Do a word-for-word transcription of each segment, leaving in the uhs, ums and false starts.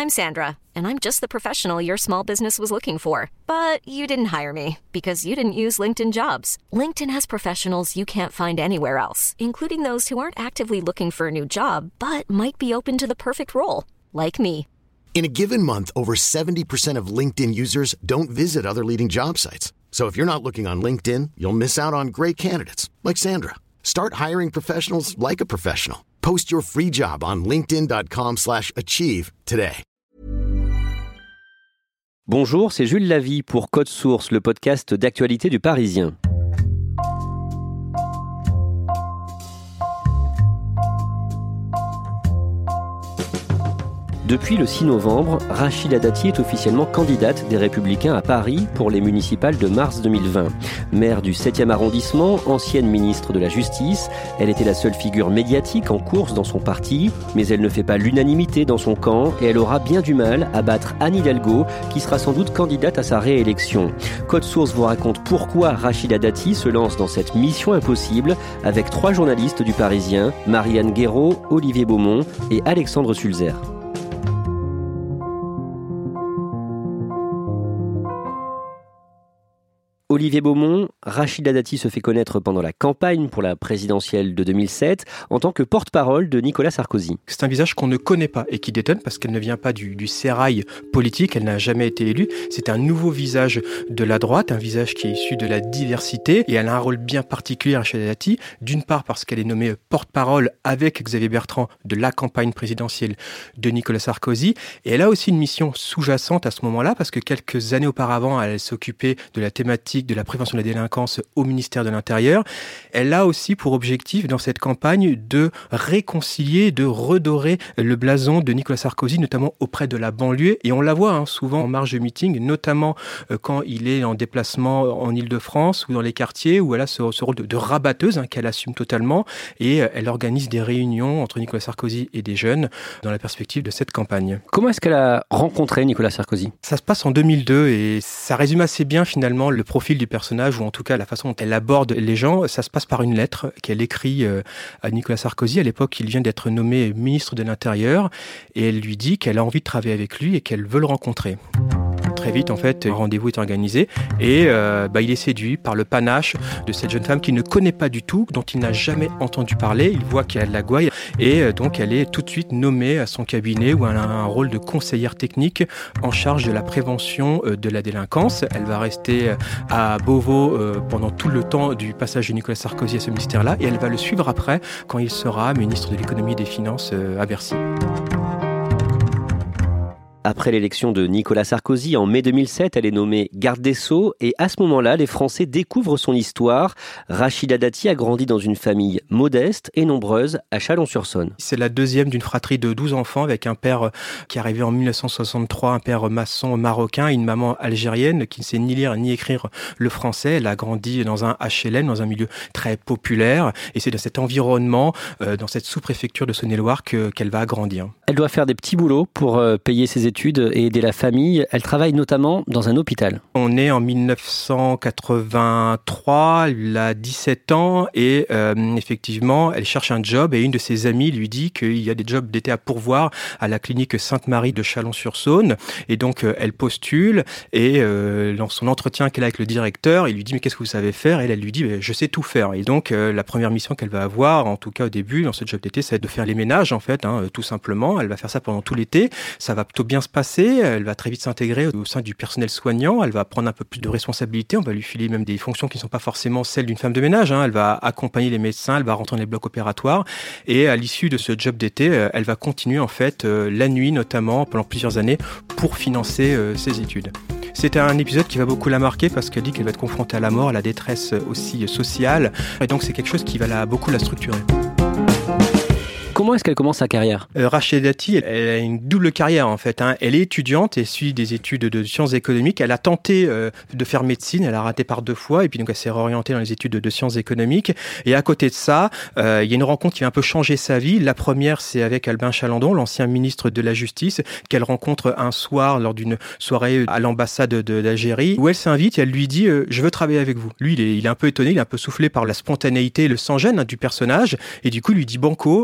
I'm Sandra, and I'm just the professional your small business was looking for. But you didn't hire me because you didn't use LinkedIn Jobs. LinkedIn has professionals you can't find anywhere else, including those who aren't actively looking for a new job, but might be open to the perfect role, like me. In a given month, over seventy percent of LinkedIn users don't visit other leading job sites. So if you're not looking on LinkedIn, you'll miss out on great candidates like Sandra. Start hiring professionals like a professional. Post your free job on linkedin.com slash achieve today. Bonjour, c'est Jules Lavie pour Code Source, le podcast d'actualité du Parisien. Depuis le six novembre, Rachida Dati est officiellement candidate des Républicains à Paris pour les municipales de mars deux mille vingt. Maire du septième arrondissement, ancienne ministre de la Justice, elle était la seule figure médiatique en course dans son parti, mais elle ne fait pas l'unanimité dans son camp et elle aura bien du mal à battre Anne Hidalgo, qui sera sans doute candidate à sa réélection. Code Source vous raconte pourquoi Rachida Dati se lance dans cette mission impossible avec trois journalistes du Parisien, Marianne Guéraud, Olivier Beaumont et Alexandre Sulzer. Olivier Beaumont, Rachida Dati se fait connaître pendant la campagne pour la présidentielle de deux mille sept en tant que porte-parole de Nicolas Sarkozy. C'est un visage qu'on ne connaît pas et qui détonne parce qu'elle ne vient pas du, du sérail politique, elle n'a jamais été élue. C'est un nouveau visage de la droite, un visage qui est issu de la diversité et elle a un rôle bien particulier, Rachida Dati, d'une part parce qu'elle est nommée porte-parole avec Xavier Bertrand de la campagne présidentielle de Nicolas Sarkozy et elle a aussi une mission sous-jacente à ce moment-là parce que quelques années auparavant, elle s'occupait de la thématique de la prévention de la délinquance au ministère de l'Intérieur. Elle a aussi pour objectif dans cette campagne de réconcilier, de redorer le blason de Nicolas Sarkozy, notamment auprès de la banlieue. Et on la voit hein, souvent en marge de meeting, notamment euh, quand il est en déplacement en Île-de-France ou dans les quartiers, où elle a ce, ce rôle de, de rabatteuse hein, qu'elle assume totalement. Et euh, elle organise des réunions entre Nicolas Sarkozy et des jeunes dans la perspective de cette campagne. Comment est-ce qu'elle a rencontré Nicolas Sarkozy ? Ça se passe en deux mille deux et ça résume assez bien finalement le profil du personnage, ou en tout cas la façon dont elle aborde les gens. Ça se passe par une lettre qu'elle écrit à Nicolas Sarkozy. À l'époque, il vient d'être nommé ministre de l'Intérieur et elle lui dit qu'elle a envie de travailler avec lui et qu'elle veut le rencontrer. Très vite, en fait, un rendez-vous est organisé et euh, bah, il est séduit par le panache de cette jeune femme qu'il ne connaît pas du tout, dont il n'a jamais entendu parler. Il voit qu'elle a de la gouaille et euh, donc elle est tout de suite nommée à son cabinet où elle a un rôle de conseillère technique en charge de la prévention euh, de la délinquance. Elle va rester à Beauvau euh, pendant tout le temps du passage de Nicolas Sarkozy à ce ministère-là et elle va le suivre après quand il sera ministre de l'économie et des finances euh, à Bercy. Après l'élection de Nicolas Sarkozy en mai deux mille sept, elle est nommée garde des Sceaux et à ce moment-là, les Français découvrent son histoire. Rachida Dati a grandi dans une famille modeste et nombreuse à Chalon-sur-Saône. C'est la deuxième d'une fratrie de douze enfants avec un père qui est arrivé en dix-neuf cent soixante-trois, un père maçon marocain et une maman algérienne qui ne sait ni lire ni écrire le français. Elle a grandi dans un H L M, dans un milieu très populaire et c'est dans cet environnement, euh, dans cette sous-préfecture de Saône-et-Loire que, qu'elle va grandir. Elle doit faire des petits boulots pour euh, payer ses études et aider la famille. Elle travaille notamment dans un hôpital. On est en dix-neuf cent quatre-vingt-trois, elle a dix-sept ans et euh, effectivement, elle cherche un job et une de ses amies lui dit qu'il y a des jobs d'été à pourvoir à la clinique Sainte-Marie de Chalon-sur-Saône et donc euh, elle postule et euh, dans son entretien qu'elle a avec le directeur, il lui dit mais qu'est-ce que vous savez faire ? Et elle, elle lui dit je sais tout faire. Et donc euh, la première mission qu'elle va avoir, en tout cas au début dans ce job d'été, c'est de faire les ménages en fait, hein, tout simplement. Elle va faire ça pendant tout l'été. Ça va plutôt bien se passer. Elle va très vite s'intégrer au sein du personnel soignant. Elle va prendre un peu plus de responsabilités. On va lui filer même des fonctions qui ne sont pas forcément celles d'une femme de ménage. Hein. Elle va accompagner les médecins. Elle va rentrer dans les blocs opératoires. Et à l'issue de ce job d'été, elle va continuer en fait la nuit notamment pendant plusieurs années pour financer ses études. C'est un épisode qui va beaucoup la marquer parce qu'elle dit qu'elle va être confrontée à la mort, à la détresse aussi sociale. Et donc c'est quelque chose qui va la, beaucoup la structurer. Comment est-ce qu'elle commence sa carrière ? euh, Rachida Dati, elle, elle a une double carrière en fait. Hein. Elle est étudiante et suit des études de sciences économiques. Elle a tenté euh, de faire médecine, elle a raté par deux fois et puis donc elle s'est réorientée dans les études de sciences économiques. Et à côté de ça, euh, il y a une rencontre qui va un peu changer sa vie. La première, c'est avec Albin Chalandon, l'ancien ministre de la Justice, qu'elle rencontre un soir lors d'une soirée à l'ambassade de, d'Algérie, où elle s'invite et elle lui dit euh, « Je veux travailler avec vous ». Lui, il est, il est un peu étonné, il est un peu soufflé par la spontanéité et le sans-gêne hein, du personnage et du coup, il lui dit banco et il la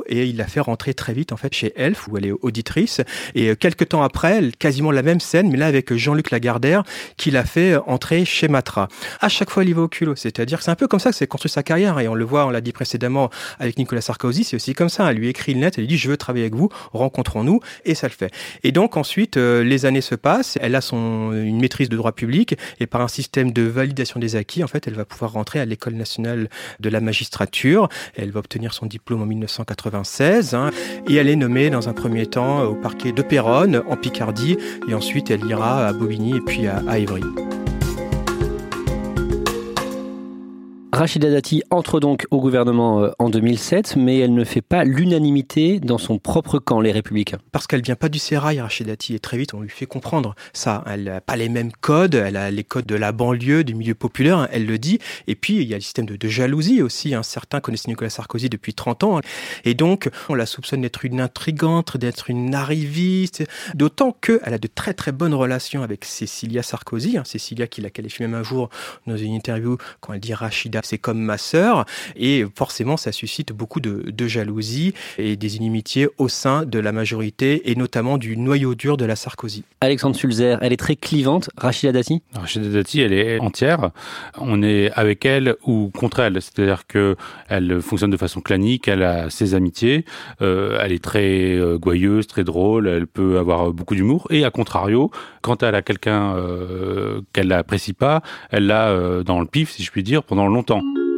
fait rentrer très vite en fait chez Elf où elle est auditrice et quelques temps après, quasiment la même scène mais là avec Jean-Luc Lagardère qui l'a fait entrer chez Matra. À chaque fois, il y va au culot, c'est-à-dire que c'est un peu comme ça que s'est construit sa carrière et on le voit, on l'a dit précédemment avec Nicolas Sarkozy, c'est aussi comme ça, elle lui écrit une lettre, elle lui dit je veux travailler avec vous, rencontrons-nous et ça le fait. Et donc ensuite, euh, les années se passent, elle a son une maîtrise de droit public et par un système de validation des acquis, en fait, elle va pouvoir rentrer à l'École nationale de la magistrature. Elle va obtenir son diplôme en dix-neuf cent quatre-vingt-seize hein, et elle est nommée dans un premier temps au parquet de Péronne en Picardie et ensuite elle ira à Bobigny et puis à, à Évry. Rachida Dati entre donc au gouvernement en deux mille sept, mais elle ne fait pas l'unanimité dans son propre camp, les Républicains. Parce qu'elle vient pas du sérail, Rachida Dati, et très vite on lui fait comprendre ça. Elle n'a pas les mêmes codes, elle a les codes de la banlieue, du milieu populaire, hein, elle le dit. Et puis il y a le système de, de jalousie aussi. Hein. Certains connaissent Nicolas Sarkozy depuis trente ans. Hein. Et donc on la soupçonne d'être une intrigante, d'être une arriviste. D'autant qu'elle a de très très bonnes relations avec Cécilia Sarkozy. Hein. Cécilia qui l'a qualifiée même un jour dans une interview quand elle dit Rachida, c'est comme ma sœur, et forcément ça suscite beaucoup de, de jalousie et des inimitiés au sein de la majorité et notamment du noyau dur de la Sarkozy. Alexandre Sulzer, elle est très clivante, Rachida Dati ? Rachida Dati, elle est entière. On est avec elle ou contre elle, c'est-à-dire que elle fonctionne de façon clanique, elle a ses amitiés, euh, elle est très euh, gouailleuse, très drôle, elle peut avoir beaucoup d'humour, et à contrario, quand elle a quelqu'un euh, qu'elle n'apprécie pas, elle l'a euh, dans le pif, si je puis dire, pendant longtemps.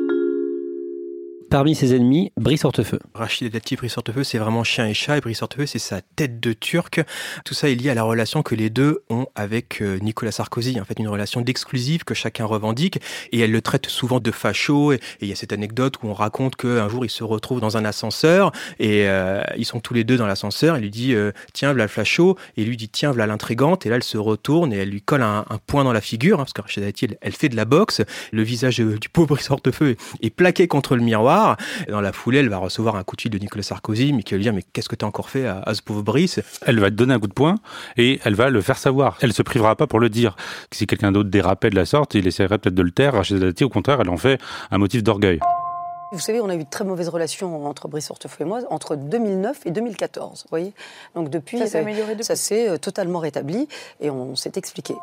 Parmi ses ennemis, Brice Hortefeux. Rachida Dati, Brice Hortefeux, c'est vraiment chien et chat, et Brice Hortefeux, c'est sa tête de Turc. Tout ça est lié à la relation que les deux ont avec euh, Nicolas Sarkozy. En fait, une relation d'exclusive que chacun revendique, et elle le traite souvent de facho. Et il y a cette anecdote où on raconte qu'un jour, ils se retrouvent dans un ascenseur, et euh, ils sont tous les deux dans l'ascenseur. Elle lui dit euh, tiens, voilà le facho, et lui dit tiens, voilà l'intrigante. Et là, elle se retourne et elle lui colle un, un poing dans la figure, hein, parce que Rachida Dati, elle, elle fait de la boxe. Le visage euh, du pauvre Brice Hortefeux est, est plaqué contre le miroir. Dans la foulée, elle va recevoir un coup de fil de Nicolas Sarkozy, mais qui va lui dire mais qu'est-ce que tu as encore fait à, à ce pauvre Brice ? Elle va te donner un coup de poing et elle va le faire savoir. Elle se privera pas pour le dire. Si quelqu'un d'autre dérapait de la sorte, il essaierait peut-être de le taire. Rachida Dati, au contraire, elle en fait un motif d'orgueil. Vous savez, on a eu de très mauvaises relations entre Brice Hortefeux et moi entre deux mille neuf et deux mille quatorze. Vous voyez ? Donc depuis, ça s'est amélioré depuis. Ça s'est totalement rétabli et on s'est expliqué.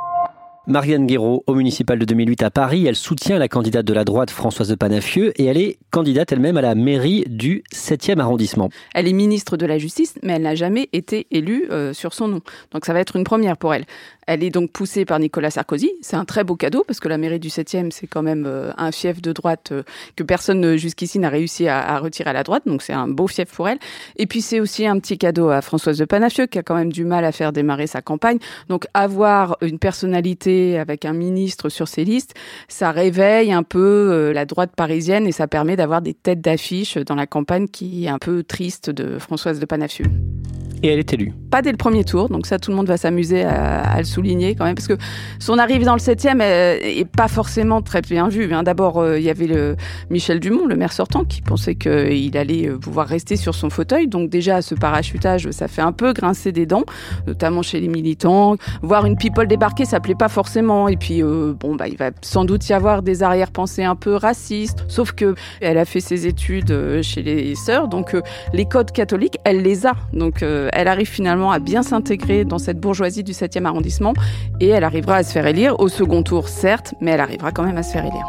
Marianne Guéraud, au municipal de deux mille huit à Paris, elle soutient la candidate de la droite Françoise de Panafieux et elle est candidate elle-même à la mairie du septième arrondissement. Elle est ministre de la Justice, mais elle n'a jamais été élue euh, sur son nom. Donc ça va être une première pour elle. Elle est donc poussée par Nicolas Sarkozy. C'est un très beau cadeau parce que la mairie du septième, c'est quand même euh, un fief de droite euh, que personne jusqu'ici n'a réussi à, à retirer à la droite. Donc c'est un beau fief pour elle. Et puis c'est aussi un petit cadeau à Françoise de Panafieux qui a quand même du mal à faire démarrer sa campagne. Donc avoir une personnalité avec un ministre sur ses listes, ça réveille un peu euh, la droite parisienne et ça permet d'avoir des têtes d'affiche dans la campagne qui est un peu triste de Françoise de Panafieux. Et elle est élue. Pas dès le premier tour, donc ça tout le monde va s'amuser à, à le souligner quand même, parce que son arrivée dans le septième est, est pas forcément très bien vue. Hein. D'abord, il euh, y avait le Michel Dumont, le maire sortant, qui pensait qu'il allait pouvoir rester sur son fauteuil. Donc déjà, ce parachutage, ça fait un peu grincer des dents, notamment chez les militants. Voir une people débarquer, ça plaît pas forcément. Et puis, euh, bon, bah, il va sans doute y avoir des arrière-pensées un peu racistes. Sauf que elle a fait ses études chez les sœurs, donc euh, les codes catholiques, elle les a. Donc euh, elle arrive finalement à bien s'intégrer dans cette bourgeoisie du septième arrondissement et elle arrivera à se faire élire, au second tour certes, mais elle arrivera quand même à se faire élire.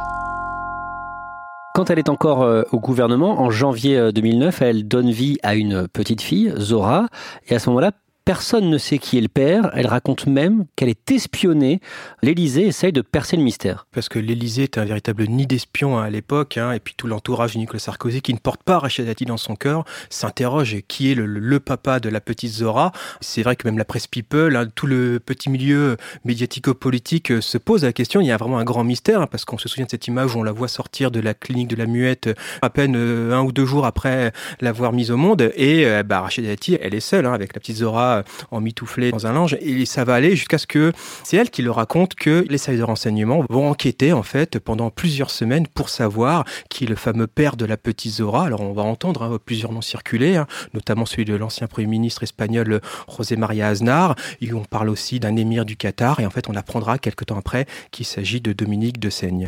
Quand elle est encore euh, au gouvernement, en janvier deux mille neuf, elle donne vie à une petite fille, Zora, et à ce moment-là, personne ne sait qui est le père. Elle raconte même qu'elle est espionnée. L'Élysée essaye de percer le mystère. Parce que l'Élysée est un véritable nid d'espions à l'époque, hein, et puis tout l'entourage de Nicolas Sarkozy, qui ne porte pas Rachida Dati dans son cœur, s'interroge qui est le, le papa de la petite Zora. C'est vrai que même la presse people, hein, tout le petit milieu médiatico-politique se pose la question. Il y a vraiment un grand mystère, hein, parce qu'on se souvient de cette image où on la voit sortir de la clinique de la Muette à peine un ou deux jours après l'avoir mise au monde. Et euh, bah, Rachida Dati, elle est seule, hein, avec la petite Zora emmitouflée dans un linge, et ça va aller jusqu'à ce que c'est elle qui le raconte que les services de renseignement vont enquêter en fait pendant plusieurs semaines pour savoir qui est le fameux père de la petite Zora. Alors on va entendre hein, plusieurs noms circuler, hein, notamment celui de l'ancien premier ministre espagnol José María Aznar, et on parle aussi d'un émir du Qatar, et en fait on apprendra quelque temps après qu'il s'agit de Dominique de Seigne.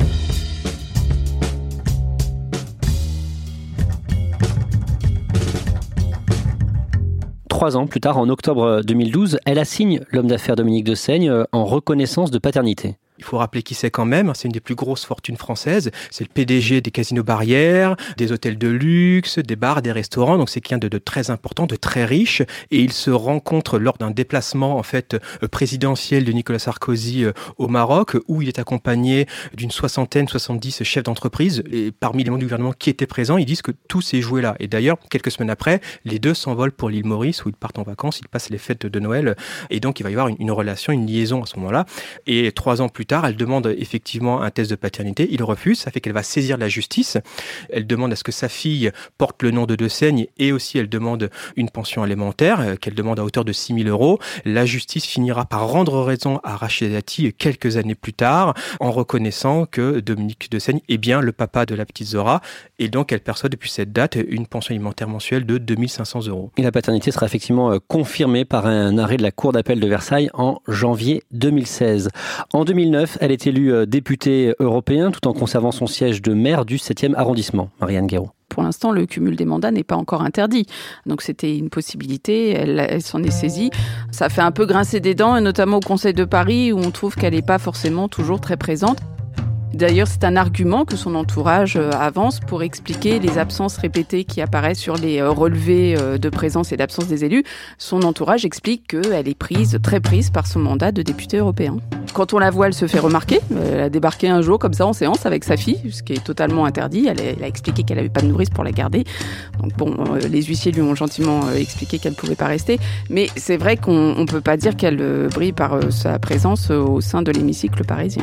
trois ans plus tard, en octobre deux mille douze, elle assigne l'homme d'affaires Dominique de Seigne en reconnaissance de paternité. Il faut rappeler qui c'est quand même, c'est une des plus grosses fortunes françaises, c'est le P D G des casinos barrières, des hôtels de luxe, des bars, des restaurants, donc c'est quelqu'un de, de très important, de très riche, et il se rencontre lors d'un déplacement en fait présidentiel de Nicolas Sarkozy au Maroc, où il est accompagné d'une soixantaine, soixante-dix chefs d'entreprise, et parmi les membres du gouvernement qui étaient présents, ils disent que tout s'est joué là. Et d'ailleurs, quelques semaines après, les deux s'envolent pour l'île Maurice, où ils partent en vacances, ils passent les fêtes de Noël, et donc il va y avoir une, une relation, une liaison à ce moment-là, et trois ans plus tard, elle demande effectivement un test de paternité. Il refuse. Ça fait qu'elle va saisir la justice. Elle demande à ce que sa fille porte le nom de De Seigne et aussi elle demande une pension alimentaire qu'elle demande à hauteur de six mille euros. La justice finira par rendre raison à Rachida Dati quelques années plus tard en reconnaissant que Dominique de Seigne est bien le papa de la petite Zora et donc elle perçoit depuis cette date une pension alimentaire mensuelle de deux mille cinq cents euros. Et la paternité sera effectivement confirmée par un arrêt de la Cour d'appel de Versailles en janvier deux mille seize. En deux mille neuf, elle est élue députée européen tout en conservant son siège de maire du septième arrondissement. Marianne Guéraud. Pour l'instant, le cumul des mandats n'est pas encore interdit. Donc c'était une possibilité, elle, elle s'en est saisie. Ça fait un peu grincer des dents, et notamment au Conseil de Paris, où on trouve qu'elle n'est pas forcément toujours très présente. D'ailleurs, c'est un argument que son entourage avance pour expliquer les absences répétées qui apparaissent sur les relevés de présence et d'absence des élus. Son entourage explique qu'elle est prise, très prise par son mandat de députée européen. Quand on la voit, elle se fait remarquer. Elle a débarqué un jour comme ça en séance avec sa fille, ce qui est totalement interdit. Elle a expliqué qu'elle n'avait pas de nourrice pour la garder. Donc bon, les huissiers lui ont gentiment expliqué qu'elle ne pouvait pas rester. Mais c'est vrai qu'on ne peut pas dire qu'elle brille par sa présence au sein de l'hémicycle parisien.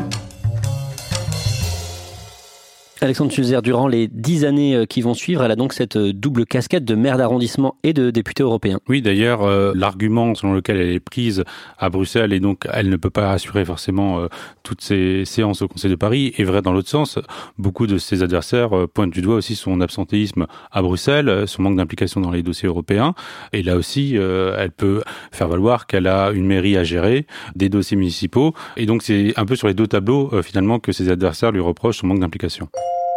Alexandre Sulzer, durant les dix années qui vont suivre, elle a donc cette double casquette de maire d'arrondissement et de député européen. Oui, d'ailleurs, euh, l'argument selon lequel elle est prise à Bruxelles et donc elle ne peut pas assurer forcément euh, toutes ses séances au Conseil de Paris est vrai dans l'autre sens. Beaucoup de ses adversaires euh, pointent du doigt aussi son absentéisme à Bruxelles, son manque d'implication dans les dossiers européens. Et là aussi, euh, elle peut faire valoir qu'elle a une mairie à gérer, des dossiers municipaux. Et donc, c'est un peu sur les deux tableaux, euh, finalement, que ses adversaires lui reprochent son manque d'implication.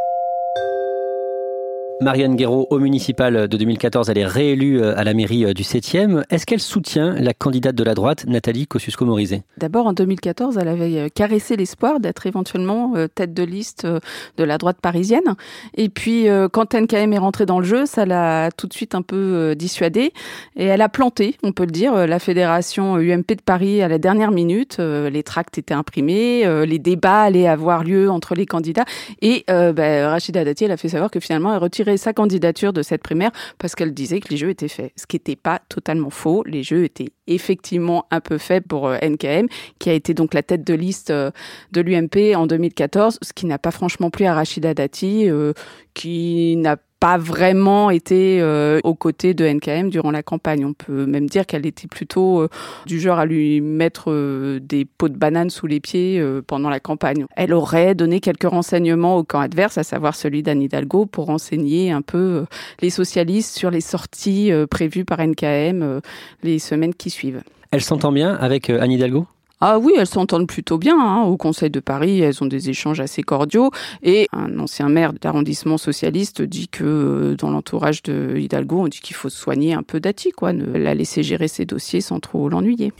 Marianne Guéraud, au municipal de deux mille quatorze, elle est réélue à la mairie du septième. Est-ce qu'elle soutient la candidate de la droite, Nathalie Kosciusko-Morizet ? D'abord, en deux mille quatorze, elle avait caressé l'espoir d'être éventuellement tête de liste de la droite parisienne. Et puis, quand N K M est rentré dans le jeu, ça l'a tout de suite un peu dissuadée. Et elle a planté, on peut le dire, la fédération U M P de Paris à la dernière minute. Les tracts étaient imprimés, les débats allaient avoir lieu entre les candidats. Et euh, bah, Rachida Dati, elle a fait savoir que finalement, elle retirait sa candidature de cette primaire parce qu'elle disait que les jeux étaient faits. Ce qui n'était pas totalement faux. Les jeux étaient effectivement un peu faits pour N K M, qui a été donc la tête de liste de l'U M P en deux mille quatorze, ce qui n'a pas franchement plu à Rachida Dati, euh, qui n'a pas vraiment été euh, aux côtés de N K M durant la campagne. On peut même dire qu'elle était plutôt euh, du genre à lui mettre euh, des pots de bananes sous les pieds euh, pendant la campagne. Elle aurait donné quelques renseignements au camp adverse, à savoir celui d'Anne Hidalgo, pour renseigner un peu euh, les socialistes sur les sorties euh, prévues par N K M euh, les semaines qui suivent. Elle s'entend bien avec euh, Anne Hidalgo ? Ah oui, elles s'entendent plutôt bien. Hein. Au Conseil de Paris, elles ont des échanges assez cordiaux. Et un ancien maire d'arrondissement socialiste dit que euh, dans l'entourage de Hidalgo, on dit qu'il faut soigner un peu Dati, quoi, ne la laisser gérer ses dossiers sans trop l'ennuyer.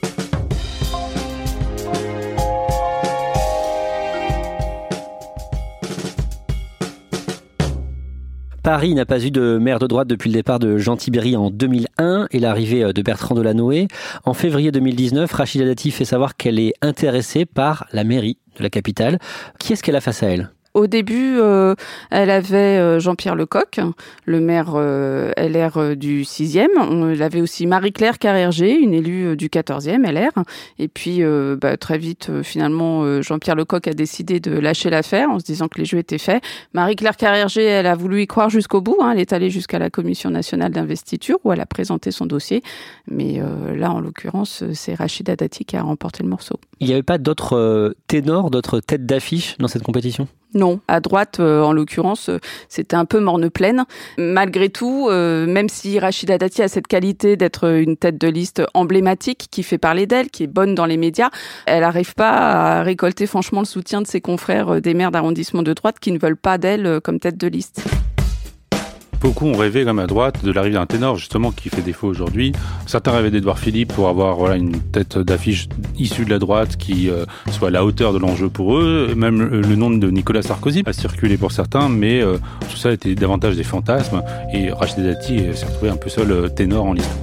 Paris n'a pas eu de maire de droite depuis le départ de Jean Tibéri en deux mille un et l'arrivée de Bertrand Delanoë. En février deux mille dix-neuf, Rachida Dati fait savoir qu'elle est intéressée par la mairie de la capitale. Qui est-ce qu'elle a face à elle ? Au début, euh, elle avait euh, Jean-Pierre Lecoq, le maire euh, L R euh, du sixième. On avait aussi Marie-Claire Carrère-Gé, une élue euh, du quatorzième L R. Et puis, euh, bah, très vite, euh, finalement, euh, Jean-Pierre Lecoq a décidé de lâcher l'affaire en se disant que les jeux étaient faits. Marie-Claire Carrère-Gé, elle a voulu y croire jusqu'au bout. Hein. Elle est allée jusqu'à la Commission nationale d'investiture où elle a présenté son dossier. Mais euh, là, en l'occurrence, c'est Rachida Dati qui a remporté le morceau. Il n'y avait pas d'autres euh, ténors, d'autres têtes d'affiche dans cette compétition ? Non, à droite, euh, en l'occurrence, euh, c'était un peu morne-pleine. Malgré tout, euh, même si Rachida Dati a cette qualité d'être une tête de liste emblématique, qui fait parler d'elle, qui est bonne dans les médias, elle n'arrive pas à récolter franchement le soutien de ses confrères euh, des maires d'arrondissement de droite qui ne veulent pas d'elle euh, comme tête de liste. Beaucoup ont rêvé, comme à droite, de l'arrivée d'un ténor, justement, qui fait défaut aujourd'hui. Certains rêvaient d'Édouard Philippe pour avoir voilà, une tête d'affiche issue de la droite qui euh, soit à la hauteur de l'enjeu pour eux. Même le nom de Nicolas Sarkozy a circulé pour certains, mais euh, tout ça était davantage des fantasmes. Et Rachida Dati s'est retrouvé un peu seul euh, ténor en liste.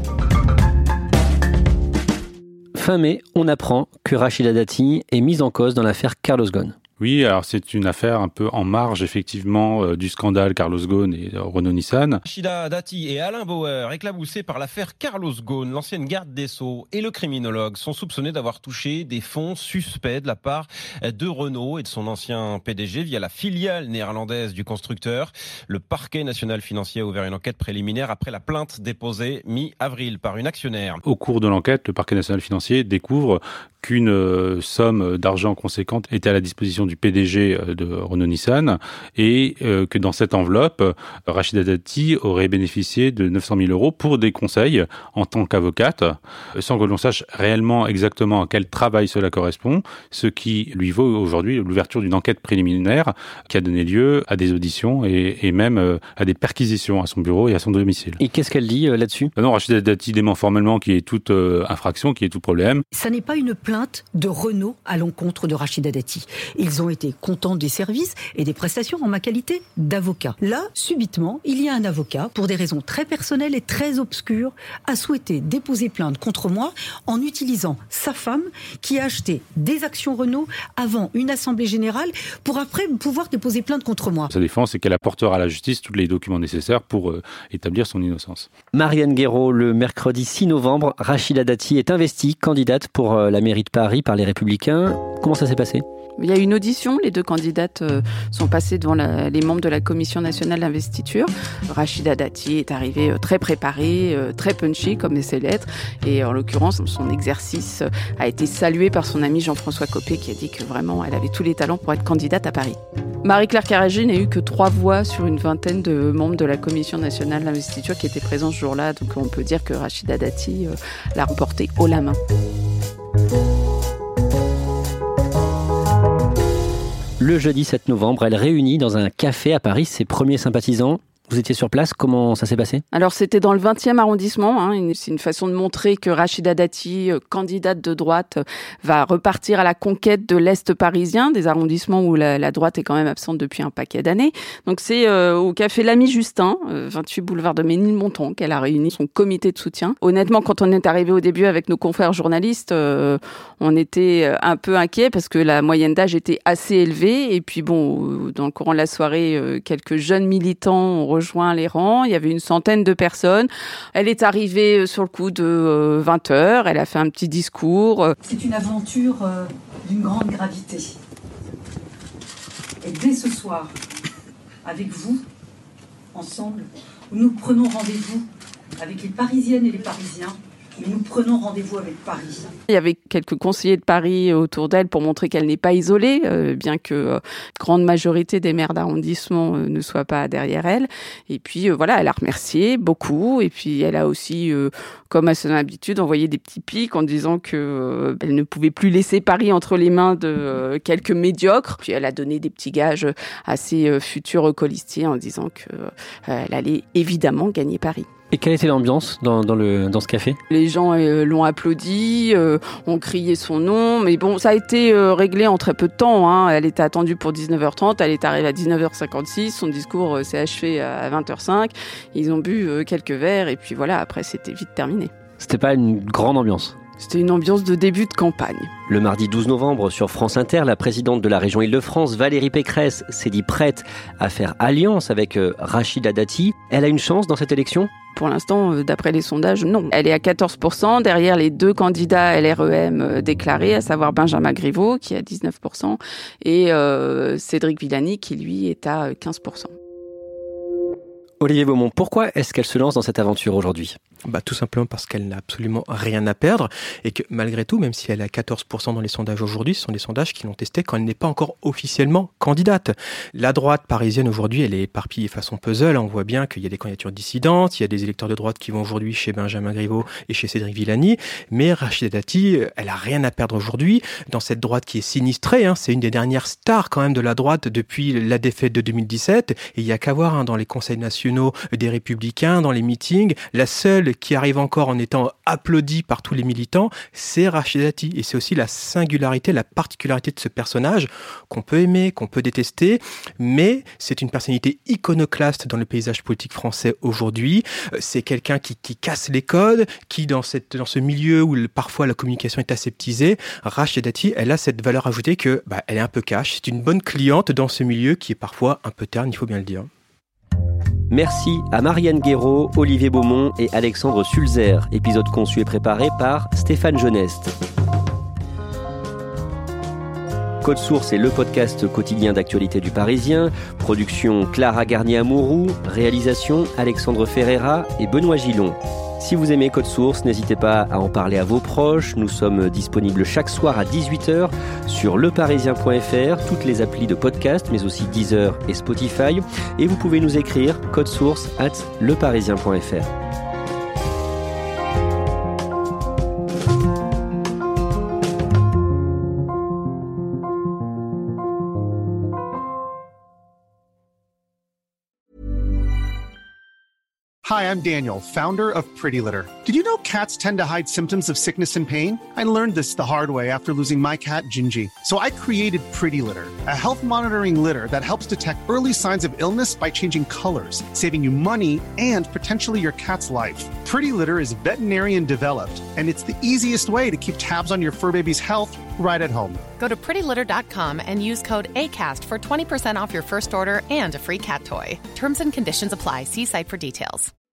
Fin mai, on apprend que Rachida Dati est mise en cause dans l'affaire Carlos Ghosn. Oui, alors c'est une affaire un peu en marge, effectivement, euh, du scandale Carlos Ghosn et euh, Renault-Nissan. Rachida Dati et Alain Bauer, éclaboussés par l'affaire Carlos Ghosn, l'ancienne garde des Sceaux et le criminologue sont soupçonnés d'avoir touché des fonds suspects de la part de Renault et de son ancien P D G via la filiale néerlandaise du constructeur. Le parquet national financier a ouvert une enquête préliminaire après la plainte déposée mi-avril par une actionnaire. Au cours de l'enquête, le parquet national financier découvre qu'une euh, somme d'argent conséquente était à la disposition du P D G de Renault-Nissan et euh, que dans cette enveloppe, Rachida Dati aurait bénéficié de neuf cent mille euros pour des conseils en tant qu'avocate, sans que l'on sache réellement exactement à quel travail cela correspond, ce qui lui vaut aujourd'hui l'ouverture d'une enquête préliminaire qui a donné lieu à des auditions et, et même euh, à des perquisitions à son bureau et à son domicile. Et qu'est-ce qu'elle dit euh, là-dessus ? Non, Rachida Dati dément formellement qu'il y ait toute euh, infraction, qu'il y ait tout problème. Ça n'est pas une plainte de Renault à l'encontre de Rachida Dati. Ils ont été contents des services et des prestations en ma qualité d'avocat. Là, subitement, il y a un avocat, pour des raisons très personnelles et très obscures, a souhaité déposer plainte contre moi en utilisant sa femme qui a acheté des actions Renault avant une assemblée générale pour après pouvoir déposer plainte contre moi. Sa défense, c'est qu'elle apportera à la justice tous les documents nécessaires pour euh, établir son innocence. Marianne Guéraud, le mercredi six novembre, Rachida Dati est investie candidate pour euh, la mairie de Paris par les Républicains. Comment ça s'est passé ? Il y a eu une audition, les deux candidates euh, sont passées devant la, les membres de la Commission nationale d'investiture. Rachida Dati est arrivée euh, très préparée, euh, très punchy, comme elle sait l'être. Et en l'occurrence, son exercice a été salué par son ami Jean-François Copé, qui a dit que vraiment, elle avait tous les talents pour être candidate à Paris. Marie-Claire Carragé n'a eu que trois voix sur une vingtaine de membres de la Commission nationale d'investiture qui étaient présents ce jour-là. Donc on peut dire que Rachida Dati euh, l'a remporté haut la main. Le jeudi sept novembre, elle réunit dans un café à Paris ses premiers sympathisants. Vous étiez sur place, comment ça s'est passé ? Alors c'était dans le vingtième arrondissement, hein. C'est une façon de montrer que Rachida Dati, candidate de droite, va repartir à la conquête de l'Est parisien, des arrondissements où la, la droite est quand même absente depuis un paquet d'années. Donc c'est euh, au café L'Ami Justin, euh, vingt-huit boulevard de Ménilmontant, qu'elle a réuni son comité de soutien. Honnêtement, quand on est arrivé au début avec nos confrères journalistes, euh, on était un peu inquiets parce que la moyenne d'âge était assez élevée. Et puis bon, dans le courant de la soirée, euh, quelques jeunes militants ont rejoint les rangs. Il y avait une centaine de personnes. Elle est arrivée sur le coup de vingt heures. Elle a fait un petit discours. C'est une aventure euh, d'une grande gravité. Et dès ce soir, avec vous, ensemble, nous prenons rendez-vous avec les Parisiennes et les Parisiens. Et nous prenons rendez-vous avec Paris. Il y avait quelques conseillers de Paris autour d'elle pour montrer qu'elle n'est pas isolée, euh, bien que euh, grande majorité des maires d'arrondissement euh, ne soient pas derrière elle. Et puis euh, voilà, elle a remercié beaucoup. Et puis elle a aussi, euh, comme à son habitude, envoyé des petits pics en disant que euh, elle ne pouvait plus laisser Paris entre les mains de euh, quelques médiocres. Puis elle a donné des petits gages à ses euh, futurs colistiers en disant qu'elle euh, allait évidemment gagner Paris. Et quelle était l'ambiance dans, dans, le, dans ce café ? Les gens euh, l'ont applaudi, euh, ont crié son nom, mais bon, ça a été euh, réglé en très peu de temps. Hein. Elle était attendue pour dix-neuf heures trente, elle est arrivée à dix-neuf heures cinquante-six, son discours euh, s'est achevé à vingt heures cinq. Ils ont bu euh, quelques verres et puis voilà, après c'était vite terminé. C'était pas une grande ambiance ? C'était une ambiance de début de campagne. Le mardi douze novembre, sur France Inter, la présidente de la région Île-de-France, Valérie Pécresse, s'est dit prête à faire alliance avec euh, Rachida Dati. Elle a une chance dans cette élection ? Pour l'instant, euh, d'après les sondages, non. Elle est à quatorze pour cent, derrière les deux candidats L R E M euh, déclarés, à savoir Benjamin Griveaux, qui est à dix-neuf pour cent, et euh, Cédric Villani, qui lui est à quinze pour cent. Olivier Beaumont, pourquoi est-ce qu'elle se lance dans cette aventure aujourd'hui ? Bah, tout simplement parce qu'elle n'a absolument rien à perdre et que malgré tout, même si elle est à quatorze pour cent dans les sondages aujourd'hui, ce sont des sondages qui l'ont testée quand elle n'est pas encore officiellement candidate. La droite parisienne aujourd'hui, elle est éparpillée façon puzzle. On voit bien qu'il y a des candidatures dissidentes, il y a des électeurs de droite qui vont aujourd'hui chez Benjamin Griveaux et chez Cédric Villani, mais Rachida Dati, elle a rien à perdre aujourd'hui dans cette droite qui est sinistrée. Hein. C'est une des dernières stars quand même de la droite depuis la défaite de deux mille dix-sept. Et il y a qu'à voir hein, dans les conseils nationaux des Républicains, dans les meetings, la seule qui arrive encore en étant applaudie par tous les militants, c'est Rachida Dati. Et c'est aussi la singularité, la particularité de ce personnage qu'on peut aimer, qu'on peut détester, mais c'est une personnalité iconoclaste dans le paysage politique français aujourd'hui. C'est quelqu'un qui, qui casse les codes, qui dans, cette, dans ce milieu où le, parfois la communication est aseptisée, Rachida Dati, elle a cette valeur ajoutée que bah, elle est un peu cash. C'est une bonne cliente dans ce milieu qui est parfois un peu terne, il faut bien le dire. Merci à Marianne Guéraud, Olivier Beaumont et Alexandre Sulzer. Épisode conçu et préparé par Stéphane Geneste. Code Source est le podcast quotidien d'actualité du Parisien. Production Clara Garnier-Amouroux. Réalisation Alexandre Ferreira et Benoît Gillon. Si vous aimez Code Source, n'hésitez pas à en parler à vos proches. Nous sommes disponibles chaque soir à dix-huit heures sur leparisien point f r, toutes les applis de podcast, mais aussi Deezer et Spotify. Et vous pouvez nous écrire codesource arobase leparisien point f r. Hi, I'm Daniel, founder of Pretty Litter. Did you know cats tend to hide symptoms of sickness and pain? I learned this the hard way after losing my cat, Gingy. So I created Pretty Litter, a health monitoring litter that helps detect early signs of illness by changing colors, saving you money and potentially your cat's life. Pretty Litter is veterinarian developed, and it's the easiest way to keep tabs on your fur baby's health right at home. Go to pretty litter dot com and use code ACAST for twenty percent off your first order and a free cat toy. Terms and conditions apply. See site for details.